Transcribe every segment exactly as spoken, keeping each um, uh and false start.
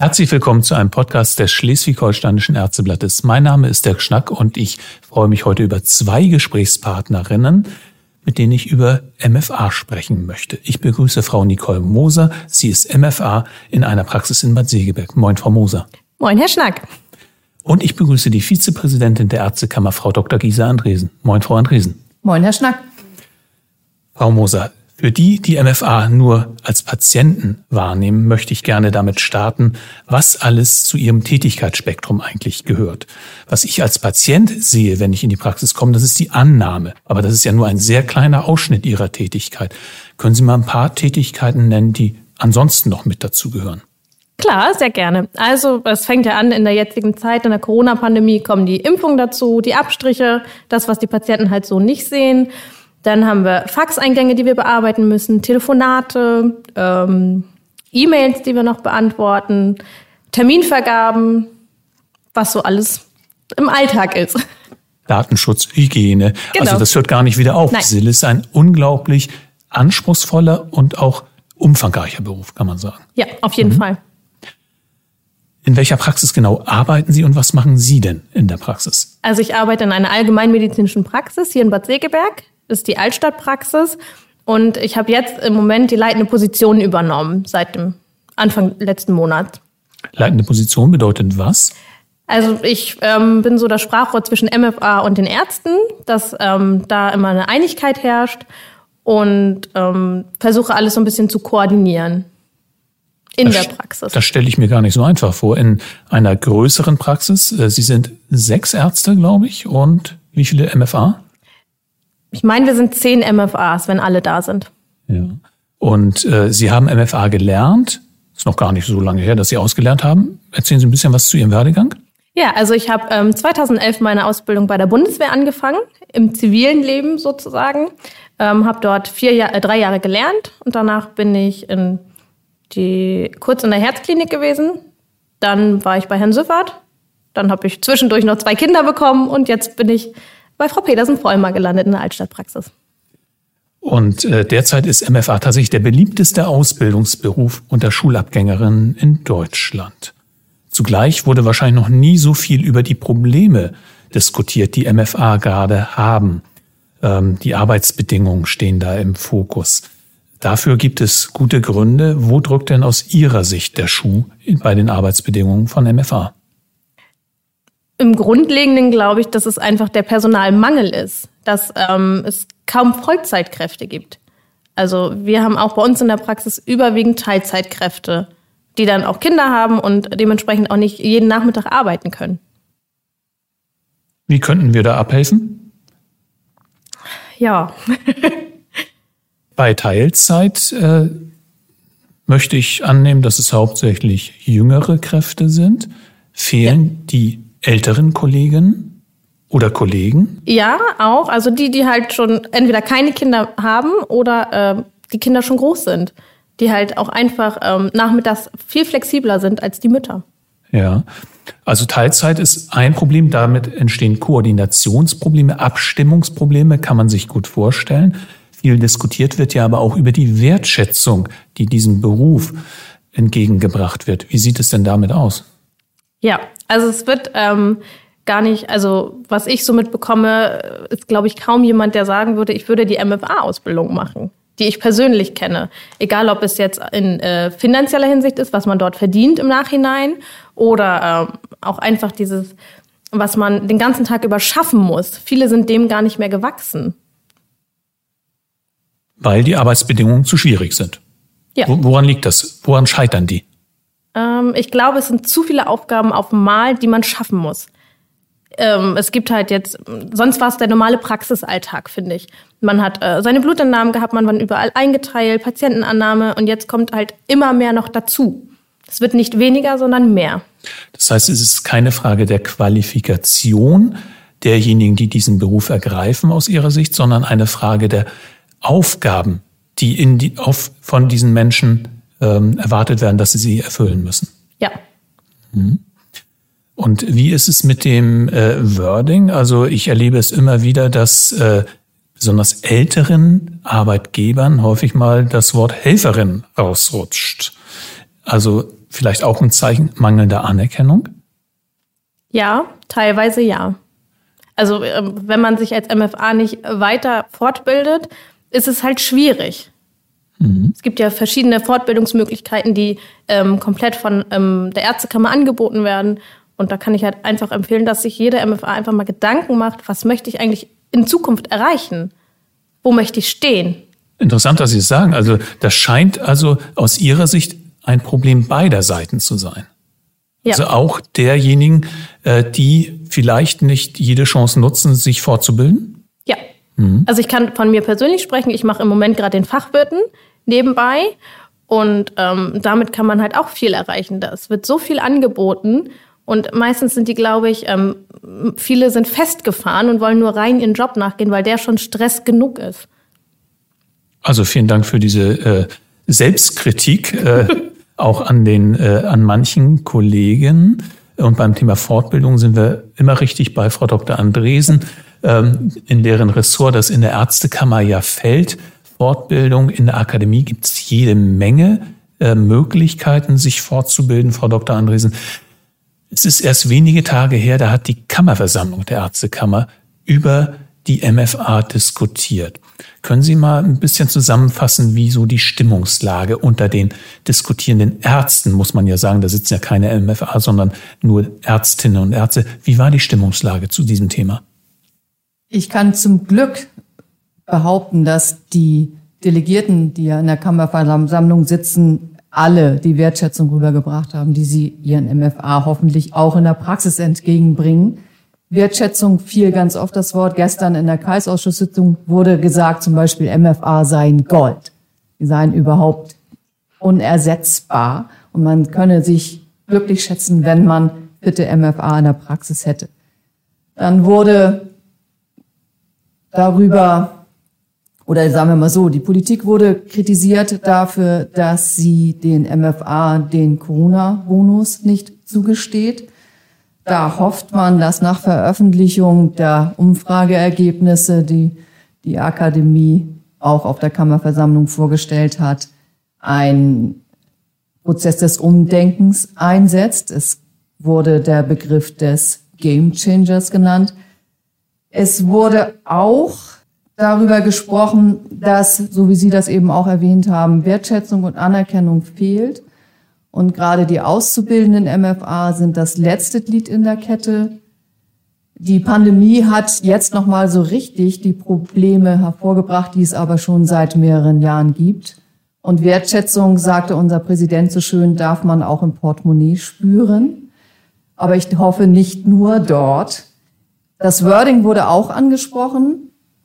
Herzlich willkommen zu einem Podcast des Schleswig-Holsteinischen Ärzteblattes. Mein Name ist Dirk Schnack und ich freue mich heute über zwei Gesprächspartnerinnen, mit denen ich über M F A sprechen möchte. Ich begrüße Frau Nicole Moser. Sie ist M F A in einer Praxis in Bad Segeberg. Moin, Frau Moser. Moin, Herr Schnack. Und ich begrüße die Vizepräsidentin der Ärztekammer, Frau Doktor Gisa Andresen. Moin, Frau Andresen. Moin, Herr Schnack. Frau Moser, für die, die M F A nur als Patienten wahrnehmen, möchte ich gerne damit starten, was alles zu ihrem Tätigkeitsspektrum eigentlich gehört. Was ich als Patient sehe, wenn ich in die Praxis komme, das ist die Annahme. Aber das ist ja nur ein sehr kleiner Ausschnitt Ihrer Tätigkeit. Können Sie mal ein paar Tätigkeiten nennen, die ansonsten noch mit dazugehören? Klar, sehr gerne. Also es fängt ja an in der jetzigen Zeit, in der Corona-Pandemie kommen die Impfungen dazu, die Abstriche, das, was die Patienten halt so nicht sehen. Dann haben wir Faxeingänge, die wir bearbeiten müssen, Telefonate, ähm, E-Mails, die wir noch beantworten, Terminvergaben, was so alles im Alltag ist. Datenschutz, Hygiene, genau. Also das hört gar nicht wieder auf. S I L ist ein unglaublich anspruchsvoller und auch umfangreicher Beruf, kann man sagen. Ja, auf jeden mhm. Fall. In welcher Praxis genau arbeiten Sie und was machen Sie denn in der Praxis? Also ich arbeite in einer allgemeinmedizinischen Praxis hier in Bad Segeberg. Das ist die Altstadtpraxis. Und ich habe jetzt im Moment die leitende Position übernommen, seit dem Anfang letzten Monats. Leitende Position bedeutet was? Also ich ähm, bin so das Sprachrohr zwischen M F A und den Ärzten, dass ähm, da immer eine Einigkeit herrscht und ähm, versuche alles so ein bisschen zu koordinieren in das, der Praxis. Das stelle ich mir gar nicht so einfach vor. In einer größeren Praxis, äh, Sie sind sechs Ärzte, glaube ich, und wie viele M F A? Ich meine, wir sind zehn M F As, wenn alle da sind. Ja. Und äh, Sie haben M F A gelernt. Ist noch gar nicht so lange her, dass Sie ausgelernt haben. Erzählen Sie ein bisschen was zu Ihrem Werdegang. Ja, also ich habe ähm, zweitausendelf meine Ausbildung bei der Bundeswehr angefangen, im zivilen Leben sozusagen. Ähm, habe dort vier Jahr, äh, drei Jahre gelernt und danach bin ich in die kurz in der Herzklinik gewesen. Dann war ich bei Herrn Süffert. Dann habe ich zwischendurch noch zwei Kinder bekommen und jetzt bin ich bei Frau Petersen-Vollmer gelandet in der Altstadtpraxis. Und äh, derzeit ist M F A tatsächlich der beliebteste Ausbildungsberuf unter Schulabgängerinnen in Deutschland. Zugleich wurde wahrscheinlich noch nie so viel über die Probleme diskutiert, die M F A gerade haben. Ähm, die Arbeitsbedingungen stehen da im Fokus. Dafür gibt es gute Gründe. Wo drückt denn aus Ihrer Sicht der Schuh bei den Arbeitsbedingungen von M F A? Im Grundlegenden glaube ich, dass es einfach der Personalmangel ist, dass ähm, es kaum Vollzeitkräfte gibt. Also wir haben auch bei uns in der Praxis überwiegend Teilzeitkräfte, die dann auch Kinder haben und dementsprechend auch nicht jeden Nachmittag arbeiten können. Wie könnten wir da abhelfen? Ja. Bei Teilzeit äh, möchte ich annehmen, dass es hauptsächlich jüngere Kräfte sind. Fehlen ja. die älteren Kolleginnen oder Kollegen? Ja, auch. Also die, die halt schon entweder keine Kinder haben oder äh, die Kinder schon groß sind. Die halt auch einfach ähm, nachmittags viel flexibler sind als die Mütter. Ja, also Teilzeit ist ein Problem. Damit entstehen Koordinationsprobleme, Abstimmungsprobleme, kann man sich gut vorstellen. Viel diskutiert wird ja aber auch über die Wertschätzung, die diesem Beruf entgegengebracht wird. Wie sieht es denn damit aus? Ja, also es wird ähm, gar nicht, also was ich so mitbekomme, ist, glaube ich, kaum jemand, der sagen würde, ich würde die M F A-Ausbildung machen, die ich persönlich kenne. Egal, ob es jetzt in äh, finanzieller Hinsicht ist, was man dort verdient im Nachhinein oder äh, auch einfach dieses, was man den ganzen Tag über schaffen muss. Viele sind dem gar nicht mehr gewachsen. Weil die Arbeitsbedingungen zu schwierig sind. Ja. Woran liegt das? Woran scheitern die? Ähm, ich glaube, es sind zu viele Aufgaben auf einmal, die man schaffen muss. Ähm, es gibt halt jetzt, sonst war es der normale Praxisalltag, finde ich. Man hat äh, seine Blutentnahmen gehabt, man war überall eingeteilt, Patientenannahme und jetzt kommt halt immer mehr noch dazu. Es wird nicht weniger, sondern mehr. Das heißt, es ist keine Frage der Qualifikation derjenigen, die diesen Beruf ergreifen aus Ihrer Sicht, sondern eine Frage der Aufgaben, die, in die auf, von diesen Menschen ähm, erwartet werden, dass sie sie erfüllen müssen. Ja. Mhm. Und wie ist es mit dem äh, Wording? Also ich erlebe es immer wieder, dass äh, besonders älteren Arbeitgebern häufig mal das Wort Helferin rausrutscht. Also vielleicht auch ein Zeichen mangelnder Anerkennung? Ja, teilweise ja. Also wenn man sich als M F A nicht weiter fortbildet, ist es halt schwierig. Mhm. Es gibt ja verschiedene Fortbildungsmöglichkeiten, die ähm, komplett von ähm, der Ärztekammer angeboten werden. Und da kann ich halt einfach empfehlen, dass sich jeder M F A einfach mal Gedanken macht, was möchte ich eigentlich in Zukunft erreichen? Wo möchte ich stehen? Interessant, dass Sie es sagen. Also das scheint also aus Ihrer Sicht ein Problem beider Seiten zu sein. Ja. Also auch derjenigen, die vielleicht nicht jede Chance nutzen, sich fortzubilden? Ja. Mhm. Also ich kann von mir persönlich sprechen. Ich mache im Moment gerade den Fachwirten nebenbei. Und ähm, damit kann man halt auch viel erreichen. Es wird so viel angeboten. Und meistens sind die, glaube ich, ähm, viele sind festgefahren und wollen nur rein ihren Job nachgehen, weil der schon Stress genug ist. Also vielen Dank für diese äh, Selbstkritik. Äh, auch an den äh, an manchen Kollegen. Und beim Thema Fortbildung sind wir immer richtig bei Frau Doktor Andresen, ähm, in deren Ressort das in der Ärztekammer ja fällt. Fortbildung in der Akademie gibt es jede Menge äh, Möglichkeiten, sich fortzubilden, Frau Doktor Andresen. Es ist erst wenige Tage her, da hat die Kammerversammlung der Ärztekammer über die M F A diskutiert. Können Sie mal ein bisschen zusammenfassen, wie so die Stimmungslage unter den diskutierenden Ärzten, muss man ja sagen, da sitzen ja keine M F A, sondern nur Ärztinnen und Ärzte. Wie war die Stimmungslage zu diesem Thema? Ich kann zum Glück behaupten, dass die Delegierten, die ja in der Kammerversammlung sitzen, alle die Wertschätzung rübergebracht haben, die sie ihren M F A hoffentlich auch in der Praxis entgegenbringen. Wertschätzung fiel ganz oft das Wort. Gestern in der Kreisausschusssitzung wurde gesagt, zum Beispiel M F A seien Gold. Sie seien überhaupt unersetzbar. Und man könne sich glücklich schätzen, wenn man bitte M F A in der Praxis hätte. Dann wurde darüber, oder sagen wir mal so, die Politik wurde kritisiert dafür, dass sie den M F A den Corona-Bonus nicht zugesteht. Da hofft man, dass nach Veröffentlichung der Umfrageergebnisse, die die Akademie auch auf der Kammerversammlung vorgestellt hat, ein Prozess des Umdenkens einsetzt. Es wurde der Begriff des Game Changers genannt. Es wurde auch darüber gesprochen, dass, so wie Sie das eben auch erwähnt haben, Wertschätzung und Anerkennung fehlt. Und gerade die auszubildenden M F A sind das letzte Glied in der Kette. Die Pandemie hat jetzt nochmal so richtig die Probleme hervorgebracht, die es aber schon seit mehreren Jahren gibt. Und Wertschätzung, sagte unser Präsident so schön, darf man auch im Portemonnaie spüren. Aber ich hoffe nicht nur dort. Das Wording wurde auch angesprochen.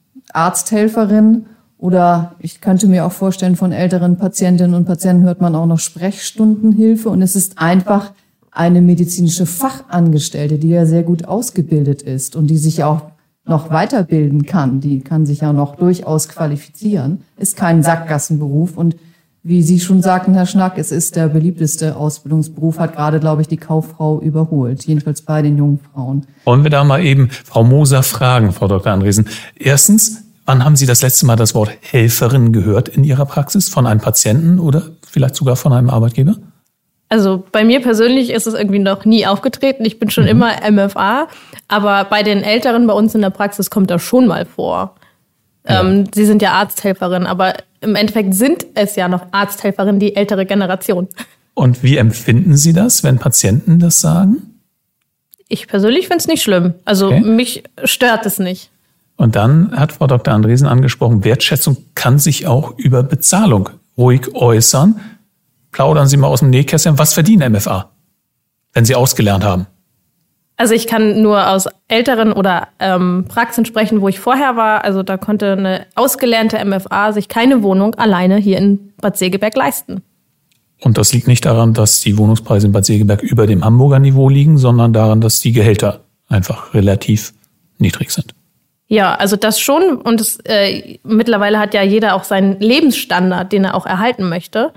Arzthelferin. Oder ich könnte mir auch vorstellen, von älteren Patientinnen und Patienten hört man auch noch Sprechstundenhilfe. Und es ist einfach eine medizinische Fachangestellte, die ja sehr gut ausgebildet ist und die sich auch noch weiterbilden kann. Die kann sich ja noch durchaus qualifizieren. Ist kein Sackgassenberuf. Und wie Sie schon sagten, Herr Schnack, es ist der beliebteste Ausbildungsberuf, hat gerade, glaube ich, die Kauffrau überholt. Jedenfalls bei den jungen Frauen. Wollen wir da mal eben Frau Moser fragen, Frau Doktor Andresen. Erstens, wann haben Sie das letzte Mal das Wort Helferin gehört in Ihrer Praxis? Von einem Patienten oder vielleicht sogar von einem Arbeitgeber? Also bei mir persönlich ist es irgendwie noch nie aufgetreten. Ich bin schon mhm. immer M F A. Aber bei den Älteren bei uns in der Praxis kommt das schon mal vor. Ja. Ähm, sie sind ja Arzthelferin, aber im Endeffekt sind es ja noch Arzthelferinnen, die ältere Generation. Und wie empfinden Sie das, wenn Patienten das sagen? Ich persönlich finde es nicht schlimm. Also okay. Mich stört es nicht. Und dann hat Frau Doktor Andresen angesprochen, Wertschätzung kann sich auch über Bezahlung ruhig äußern. Plaudern Sie mal aus dem Nähkästchen, was verdienen M F A, wenn Sie ausgelernt haben? Also ich kann nur aus älteren oder ähm, Praxen sprechen, wo ich vorher war. Also da konnte eine ausgelernte M F A sich keine Wohnung alleine hier in Bad Segeberg leisten. Und das liegt nicht daran, dass die Wohnungspreise in Bad Segeberg über dem Hamburger Niveau liegen, sondern daran, dass die Gehälter einfach relativ niedrig sind. Ja, also das schon. Und es, äh, mittlerweile hat ja jeder auch seinen Lebensstandard, den er auch erhalten möchte.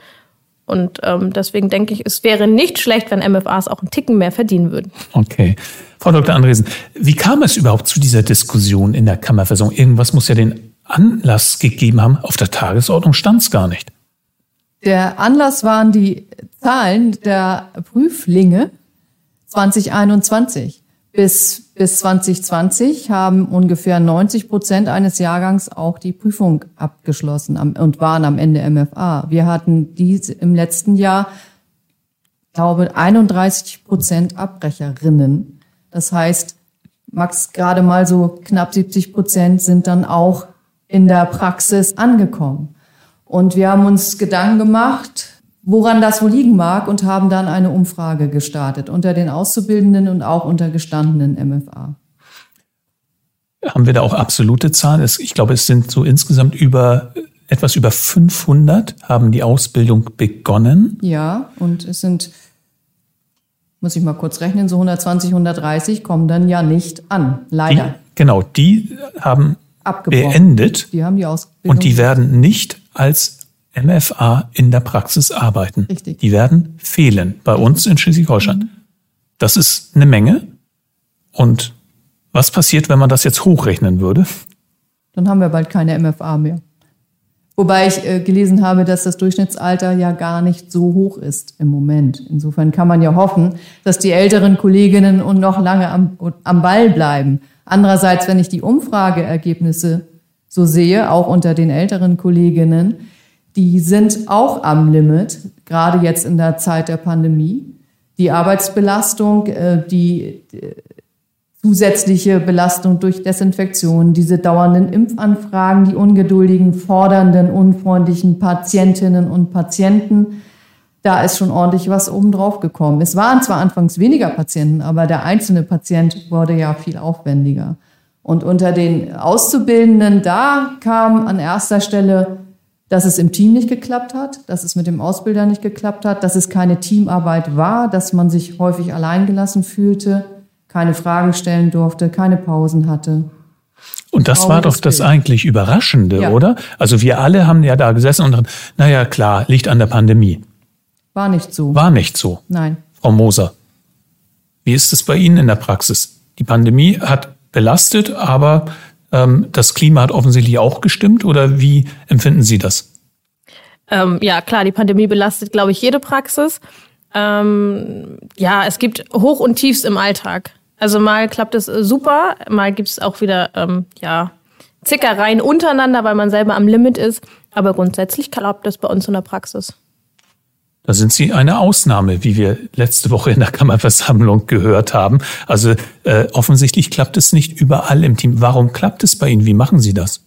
Und ähm, deswegen denke ich, es wäre nicht schlecht, wenn M F As auch einen Ticken mehr verdienen würden. Okay. Frau Doktor Andresen, wie kam es überhaupt zu dieser Diskussion in der Kammerversammlung? Irgendwas muss ja den Anlass gegeben haben. Auf der Tagesordnung stand es gar nicht. Der Anlass waren die Zahlen der Prüflinge zwanzig einundzwanzig. Bis, bis zwanzig zwanzig haben ungefähr neunzig Prozent eines Jahrgangs auch die Prüfung abgeschlossen und waren am Ende M F A. Wir hatten dies im letzten Jahr, glaube einunddreißig Prozent Abbrecherinnen. Das heißt, max gerade mal so knapp siebzig Prozent sind dann auch in der Praxis angekommen. Und wir haben uns Gedanken gemacht, woran das wohl liegen mag, und haben dann eine Umfrage gestartet unter den Auszubildenden und auch unter gestandenen M F A. Haben wir da auch absolute Zahlen? Ich glaube, es sind so insgesamt über etwas über fünfhundert haben die Ausbildung begonnen. Ja, und es sind, muss ich mal kurz rechnen, so hundertzwanzig, hundertdreißig kommen dann ja nicht an, leider. Die, genau, die haben beendet. Die haben die Ausbildung. Und die werden nicht als M F A in der Praxis arbeiten. Richtig. Die werden fehlen bei uns in Schleswig-Holstein. Mhm. Das ist eine Menge. Und was passiert, wenn man das jetzt hochrechnen würde? Dann haben wir bald keine M F A mehr. Wobei ich äh, gelesen habe, dass das Durchschnittsalter ja gar nicht so hoch ist im Moment. Insofern kann man ja hoffen, dass die älteren Kolleginnen und noch lange am, am Ball bleiben. Andererseits, wenn ich die Umfrageergebnisse so sehe, auch unter den älteren Kolleginnen, die sind auch am Limit, gerade jetzt in der Zeit der Pandemie. Die Arbeitsbelastung, die zusätzliche Belastung durch Desinfektion, diese dauernden Impfanfragen, die ungeduldigen, fordernden, unfreundlichen Patientinnen und Patienten, da ist schon ordentlich was obendrauf gekommen. Es waren zwar anfangs weniger Patienten, aber der einzelne Patient wurde ja viel aufwendiger. Und unter den Auszubildenden, da kam an erster Stelle, dass es im Team nicht geklappt hat, dass es mit dem Ausbilder nicht geklappt hat, dass es keine Teamarbeit war, dass man sich häufig alleingelassen fühlte, keine Fragen stellen durfte, keine Pausen hatte. Und das war doch das eigentlich Überraschende, ja. Oder? Also wir alle haben ja da gesessen und dachten, naja klar, liegt an der Pandemie. War nicht so. War nicht so. Nein. Frau Moser, wie ist es bei Ihnen in der Praxis? Die Pandemie hat belastet, aber ähm, das Klima hat offensichtlich auch gestimmt, oder wie empfinden Sie das? Ähm, ja, klar, die Pandemie belastet, glaube ich, jede Praxis. Ähm, ja, es gibt Hoch und Tiefs im Alltag. Also mal klappt es super, mal gibt es auch wieder ähm, ja Zickereien untereinander, weil man selber am Limit ist. Aber grundsätzlich klappt das bei uns in der Praxis. Da sind Sie eine Ausnahme, wie wir letzte Woche in der Kammerversammlung gehört haben. Also äh, offensichtlich klappt es nicht überall im Team. Warum klappt es bei Ihnen? Wie machen Sie das?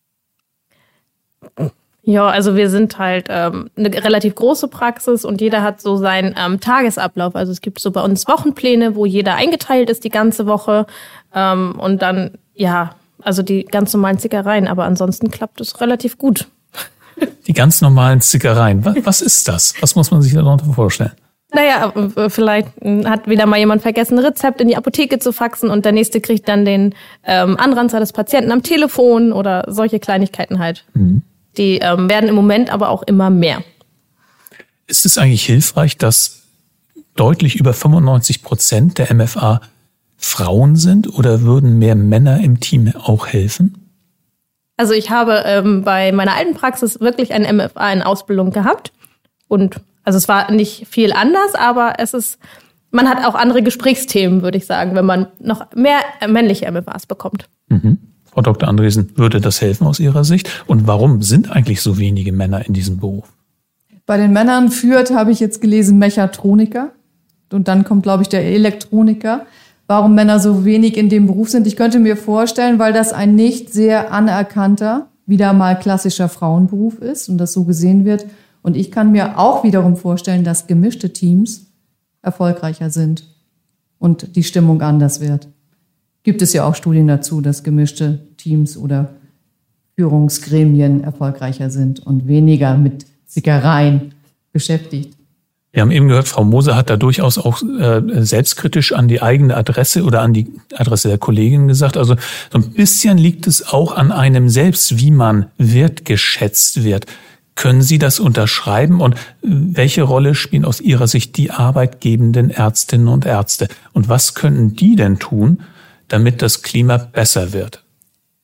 Ja, also wir sind halt ähm, eine relativ große Praxis und jeder hat so seinen ähm, Tagesablauf. Also es gibt so bei uns Wochenpläne, wo jeder eingeteilt ist die ganze Woche. Ähm, und dann, ja, also die ganz normalen Zickereien. Aber ansonsten klappt es relativ gut. Die ganz normalen Zickereien. Was, was ist das? Was muss man sich darunter vorstellen? Naja, vielleicht hat wieder mal jemand vergessen, ein Rezept in die Apotheke zu faxen und der Nächste kriegt dann den ähm, Anranzer des Patienten am Telefon oder solche Kleinigkeiten halt. Mhm. Die ähm, werden im Moment aber auch immer mehr. Ist es eigentlich hilfreich, dass deutlich über fünfundneunzig Prozent der M F A Frauen sind, oder würden mehr Männer im Team auch helfen? Also ich habe ähm, bei meiner alten Praxis wirklich ein M F A in Ausbildung gehabt. Und also es war nicht viel anders, aber es ist, man hat auch andere Gesprächsthemen, würde ich sagen, wenn man noch mehr männliche M F As bekommt. Mhm. Frau Doktor Andresen, würde das helfen aus Ihrer Sicht? Und warum sind eigentlich so wenige Männer in diesem Beruf? Bei den Männern führt, habe ich jetzt gelesen, Mechatroniker. Und dann kommt, glaube ich, der Elektroniker. Warum Männer so wenig in dem Beruf sind? Ich könnte mir vorstellen, weil das ein nicht sehr anerkannter, wieder mal klassischer Frauenberuf ist und das so gesehen wird. Und ich kann mir auch wiederum vorstellen, dass gemischte Teams erfolgreicher sind und die Stimmung anders wird. Gibt es ja auch Studien dazu, dass gemischte Teams oder Führungsgremien erfolgreicher sind und weniger mit Zickereien beschäftigt. Wir haben eben gehört, Frau Moser hat da durchaus auch äh, selbstkritisch an die eigene Adresse oder an die Adresse der Kollegin gesagt. Also so ein bisschen liegt es auch an einem selbst, wie man wertgeschätzt wird. Können Sie das unterschreiben? Und welche Rolle spielen aus Ihrer Sicht die arbeitgebenden Ärztinnen und Ärzte? Und was könnten die denn tun, damit das Klima besser wird?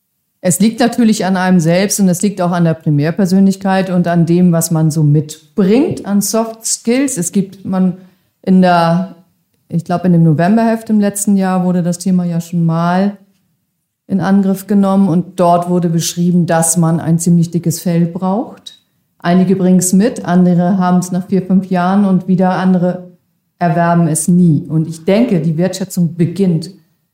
Es liegt natürlich an einem selbst und es liegt auch an der Primärpersönlichkeit und an dem, was man so mitbringt an Soft Skills. Es gibt man in der, ich glaube in dem Novemberheft im letzten Jahr wurde das Thema ja schon mal in Angriff genommen und dort wurde beschrieben, dass man ein ziemlich dickes Fell braucht. Einige bringen es mit, andere haben es nach vier, fünf Jahren und wieder andere erwerben es nie. Und ich denke, die Wertschätzung beginnt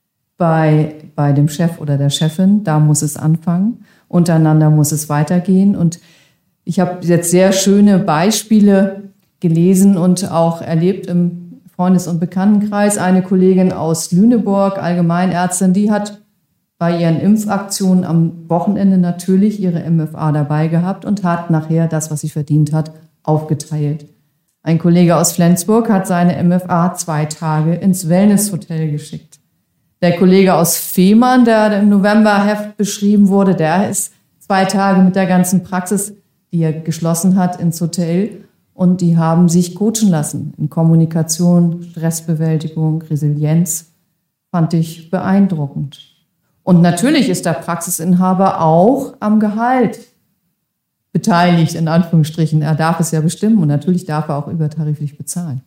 bei, bei dem Chef oder der Chefin. Da muss es anfangen. Untereinander muss es weitergehen. Und ich habe jetzt sehr schöne Beispiele gelesen und auch erlebt im Freundes- und Bekanntenkreis. Eine Kollegin aus Lüneburg, Allgemeinärztin, die hat bei ihren Impfaktionen am Wochenende natürlich ihre M F A dabei gehabt und hat nachher das, was sie verdient hat, aufgeteilt. Ein Kollege aus Flensburg hat seine M F A zwei Tage ins Wellnesshotel geschickt. Der Kollege aus Fehmarn, der im Novemberheft beschrieben wurde, der ist zwei Tage mit der ganzen Praxis, die er geschlossen hat, ins Hotel und die haben sich coachen lassen in Kommunikation, Stressbewältigung, Resilienz. Fand ich beeindruckend. Und natürlich ist der Praxisinhaber auch am Gehalt beteiligt, in Anführungsstrichen. Er darf es ja bestimmen und natürlich darf er auch übertariflich bezahlen.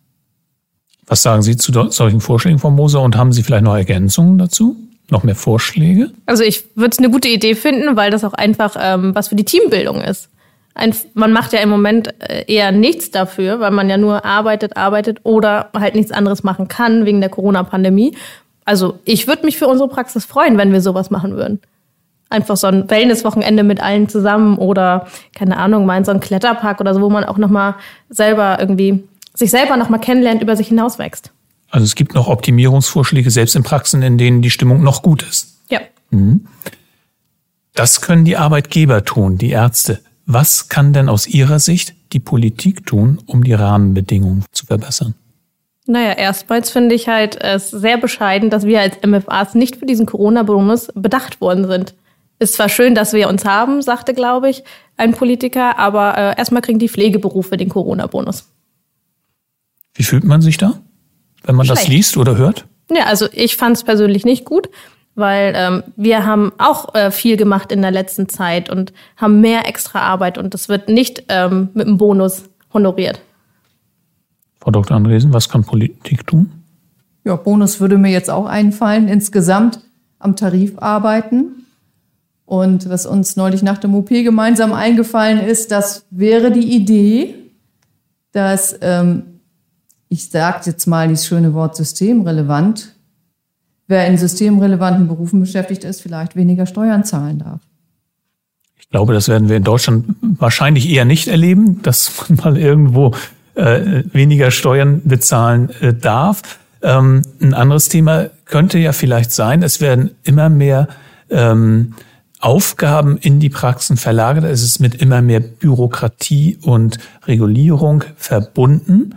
Was sagen Sie zu solchen Vorschlägen, Frau Moser? Und haben Sie vielleicht noch Ergänzungen dazu? Noch mehr Vorschläge? Also ich würde es eine gute Idee finden, weil das auch einfach ähm, was für die Teambildung ist. Ein, man macht ja im Moment eher nichts dafür, weil man ja nur arbeitet, arbeitet oder halt nichts anderes machen kann wegen der Corona-Pandemie. Also ich würde mich für unsere Praxis freuen, wenn wir sowas machen würden. Einfach so ein Wellness-Wochenende mit allen zusammen oder, keine Ahnung, mal in so einen Kletterpark oder so, wo man auch nochmal selber irgendwie, sich selber nochmal kennenlernt, über sich hinauswächst. Also es gibt noch Optimierungsvorschläge, selbst in Praxen, in denen die Stimmung noch gut ist. Ja. Mhm. Das können die Arbeitgeber tun, die Ärzte. Was kann denn aus Ihrer Sicht die Politik tun, um die Rahmenbedingungen zu verbessern? Naja, erstmals finde ich halt es sehr bescheiden, dass wir als M F As nicht für diesen Corona-Bonus bedacht worden sind. Ist zwar schön, dass wir uns haben, sagte, glaube ich, ein Politiker, aber äh, erstmal kriegen die Pflegeberufe den Corona-Bonus. Wie fühlt man sich da, wenn man Schlecht. Das liest oder hört? Ja, also ich fand es persönlich nicht gut, weil ähm, wir haben auch äh, viel gemacht in der letzten Zeit und haben mehr extra Arbeit und das wird nicht ähm, mit einem Bonus honoriert. Frau Doktor Andresen, was kann Politik tun? Ja, Bonus würde mir jetzt auch einfallen. Insgesamt am Tarif arbeiten. Und was uns neulich nach dem O P gemeinsam eingefallen ist, das wäre die Idee, dass, ähm, ich sage jetzt mal dieses schöne Wort systemrelevant, wer in systemrelevanten Berufen beschäftigt ist, vielleicht weniger Steuern zahlen darf. Ich glaube, das werden wir in Deutschland wahrscheinlich eher nicht erleben, dass man mal irgendwo äh, weniger Steuern bezahlen äh, darf. Ähm, ein anderes Thema könnte ja vielleicht sein, es werden immer mehr ähm, Aufgaben in die Praxen verlagert. Es ist mit immer mehr Bürokratie und Regulierung verbunden.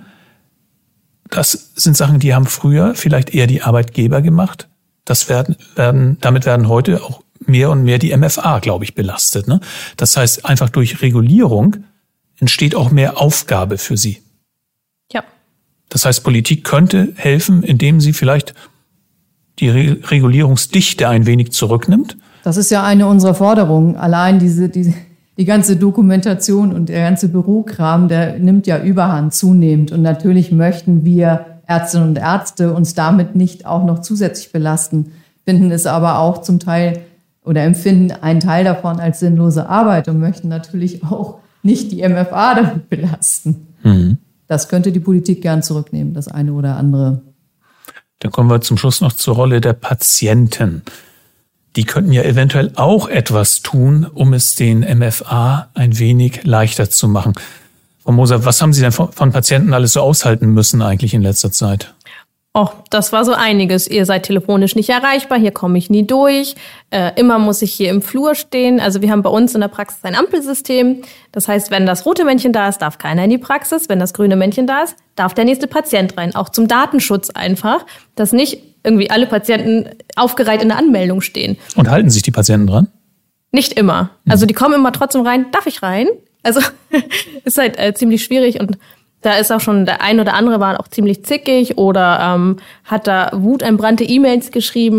Das sind Sachen, die haben früher vielleicht eher die Arbeitgeber gemacht. Das werden, werden, damit werden heute auch mehr und mehr die M F A, glaube ich, belastet. Ne? Das heißt, einfach durch Regulierung entsteht auch mehr Aufgabe für sie. Ja. Das heißt, Politik könnte helfen, indem sie vielleicht die Re- Regulierungsdichte ein wenig zurücknimmt. Das ist ja eine unserer Forderungen. Allein diese, diese, die ganze Dokumentation und der ganze Bürokram, der nimmt ja Überhand zunehmend. Und natürlich möchten wir Ärztinnen und Ärzte uns damit nicht auch noch zusätzlich belasten, finden es aber auch zum Teil oder empfinden einen Teil davon als sinnlose Arbeit und möchten natürlich auch nicht die M F A damit belasten. Mhm. Das könnte die Politik gern zurücknehmen, das eine oder andere. Dann kommen wir zum Schluss noch zur Rolle der Patienten. Die könnten ja eventuell auch etwas tun, um es den M F A ein wenig leichter zu machen. Frau Moser, was haben Sie denn von Patienten alles so aushalten müssen eigentlich in letzter Zeit? Oh, das war so einiges. Ihr seid telefonisch nicht erreichbar, hier komme ich nie durch. Äh, immer muss ich hier im Flur stehen. Also wir haben bei uns in der Praxis ein Ampelsystem. Das heißt, wenn das rote Männchen da ist, darf keiner in die Praxis. Wenn das grüne Männchen da ist, darf der nächste Patient rein. Auch zum Datenschutz einfach, dass nicht irgendwie alle Patienten aufgereiht in der Anmeldung stehen. Und halten sich die Patienten dran? Nicht immer. Also die kommen immer trotzdem rein. Darf ich rein? Also ist halt äh, ziemlich schwierig und da ist auch schon, der ein oder andere war auch ziemlich zickig oder ähm, hat da wutentbrannte E-Mails geschrieben.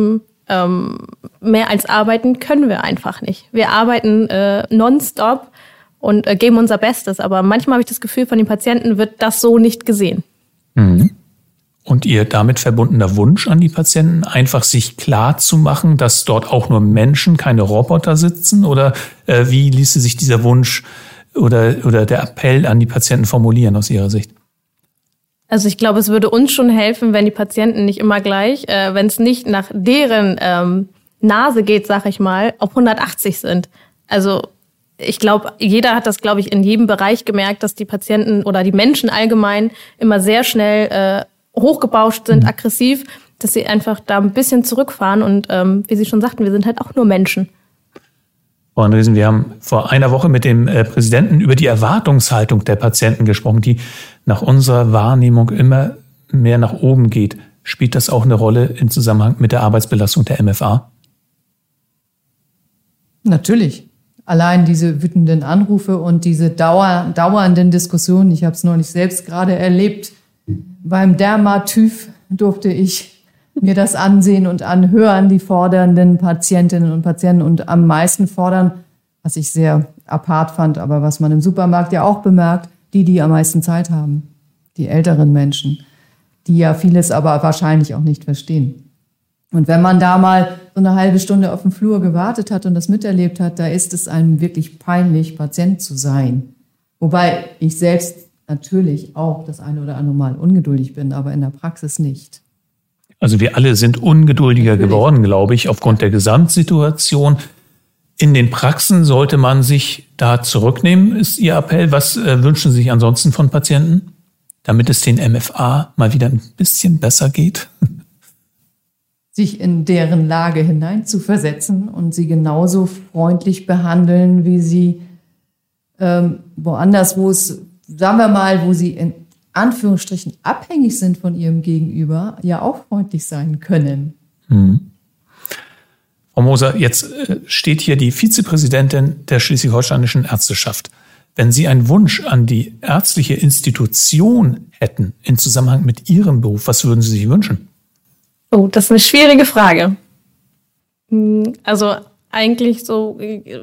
ähm, mehr als arbeiten können wir einfach nicht. Wir arbeiten äh, nonstop und äh, geben unser Bestes. Aber manchmal habe ich das Gefühl, von den Patienten wird das so nicht gesehen. Mhm. Und Ihr damit verbundener Wunsch an die Patienten, einfach sich klar zu machen, dass dort auch nur Menschen, keine Roboter sitzen? Oder äh, wie ließe sich dieser Wunsch oder, oder der Appell an die Patienten formulieren aus Ihrer Sicht? Also ich glaube, es würde uns schon helfen, wenn die Patienten nicht immer gleich, äh, wenn es nicht nach deren ähm, Nase geht, sag ich mal, auf hundertachtzig sind. Also ich glaube, jeder hat das, glaube ich, in jedem Bereich gemerkt, dass die Patienten oder die Menschen allgemein immer sehr schnell äh, hochgebauscht sind, mhm. aggressiv, dass sie einfach da ein bisschen zurückfahren. Und ähm, wie Sie schon sagten, wir sind halt auch nur Menschen. Frau Andresen, wir haben vor einer Woche mit dem äh, Präsidenten über die Erwartungshaltung der Patienten gesprochen, die nach unserer Wahrnehmung immer mehr nach oben geht. Spielt das auch eine Rolle im Zusammenhang mit der Arbeitsbelastung der M F A? Natürlich. Allein diese wütenden Anrufe und diese dauer, dauernden Diskussionen, ich habe es neulich selbst gerade erlebt, beim Derma-TÜV durfte ich mir das ansehen und anhören, die fordernden Patientinnen und Patienten, und am meisten fordern, was ich sehr apart fand, aber was man im Supermarkt ja auch bemerkt, die, die am meisten Zeit haben, die älteren Menschen, die ja vieles aber wahrscheinlich auch nicht verstehen. Und wenn man da mal so eine halbe Stunde auf dem Flur gewartet hat und das miterlebt hat, da ist es einem wirklich peinlich, Patient zu sein. Wobei ich selbst natürlich auch das eine oder andere Mal ungeduldig bin, aber in der Praxis nicht. Also wir alle sind ungeduldiger Natürlich. geworden, glaube ich, aufgrund der Gesamtsituation. In den Praxen sollte man sich da zurücknehmen, ist Ihr Appell. Was äh, wünschen Sie sich ansonsten von Patienten, damit es den M F A mal wieder ein bisschen besser geht? Sich in deren Lage hineinzuversetzen und sie genauso freundlich behandeln, wie sie ähm, woanders, wo es, sagen wir mal, wo sie in Anführungsstrichen abhängig sind von ihrem Gegenüber, ja auch freundlich sein können. Hm. Frau Moser, jetzt steht hier die Vizepräsidentin der Schleswig-Holsteinischen Ärzteschaft. Wenn Sie einen Wunsch an die ärztliche Institution hätten im Zusammenhang mit Ihrem Beruf, was würden Sie sich wünschen? Oh, das ist eine schwierige Frage. Also eigentlich so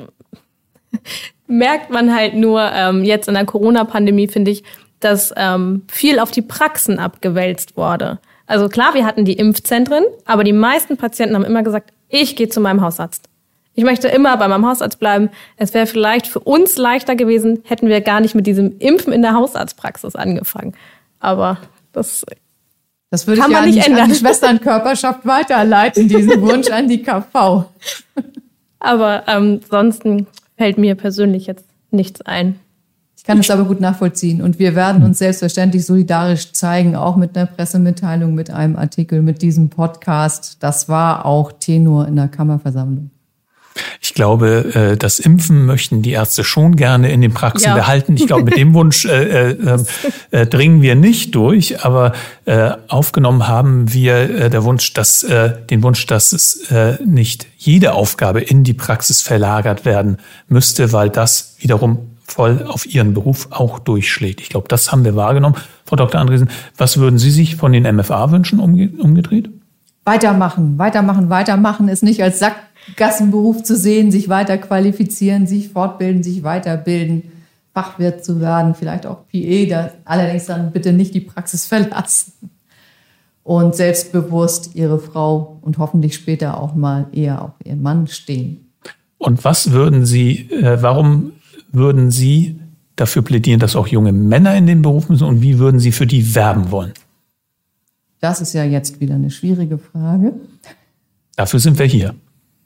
merkt man halt nur ähm, jetzt in der Corona-Pandemie, finde ich, dass ähm, viel auf die Praxen abgewälzt wurde. Also klar, wir hatten die Impfzentren, aber die meisten Patienten haben immer gesagt, ich gehe zu meinem Hausarzt. Ich möchte immer bei meinem Hausarzt bleiben. Es wäre vielleicht für uns leichter gewesen, hätten wir gar nicht mit diesem Impfen in der Hausarztpraxis angefangen. Aber das Das würde kann ich man ja nicht an, ändern. an die Schwesternkörperschaft weiterleiten, diesen Wunsch an die K V. Aber ähm, ansonsten fällt mir persönlich jetzt nichts ein. Ich kann es aber gut nachvollziehen. Und wir werden uns selbstverständlich solidarisch zeigen, auch mit einer Pressemitteilung, mit einem Artikel, mit diesem Podcast. Das war auch Tenor in der Kammerversammlung. Ich glaube, das Impfen möchten die Ärzte schon gerne in den Praxen ja. behalten. Ich glaube, mit dem Wunsch äh, äh, äh, dringen wir nicht durch. Aber äh, aufgenommen haben wir äh, der Wunsch, dass, äh, den Wunsch, dass es äh, nicht jede Aufgabe in die Praxis verlagert werden müsste, weil das wiederum voll auf Ihren Beruf auch durchschlägt. Ich glaube, das haben wir wahrgenommen. Frau Doktor Andresen, was würden Sie sich von den M F A wünschen, umge- umgedreht? Weitermachen, weitermachen, weitermachen ist nicht als Sackgassenberuf zu sehen, sich weiter qualifizieren, sich fortbilden, sich weiterbilden, Fachwirt zu werden, vielleicht auch P A, da allerdings dann bitte nicht die Praxis verlassen und selbstbewusst Ihre Frau und hoffentlich später auch mal eher auf Ihren Mann stehen. Und was würden Sie, äh, warum würden Sie dafür plädieren, dass auch junge Männer in den Beruf müssen, und wie würden Sie für die werben wollen? Das ist ja jetzt wieder eine schwierige Frage. Dafür sind wir hier.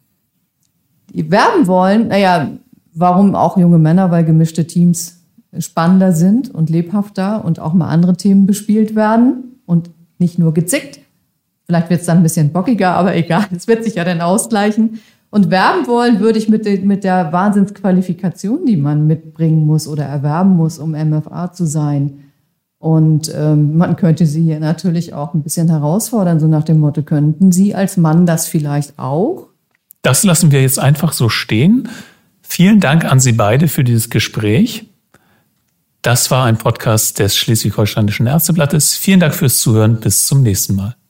Die werben wollen, naja, warum auch junge Männer? Weil gemischte Teams spannender sind und lebhafter und auch mal andere Themen bespielt werden und nicht nur gezickt. Vielleicht wird es dann ein bisschen bockiger, aber egal, es wird sich ja dann ausgleichen. Und werben wollen würde ich mit, de, mit der Wahnsinnsqualifikation, die man mitbringen muss oder erwerben muss, um M F A zu sein. Und ähm, man könnte Sie hier natürlich auch ein bisschen herausfordern, so nach dem Motto, könnten Sie als Mann das vielleicht auch? Das lassen wir jetzt einfach so stehen. Vielen Dank an Sie beide für dieses Gespräch. Das war ein Podcast des Schleswig-Holsteinischen Ärzteblattes. Vielen Dank fürs Zuhören. Bis zum nächsten Mal.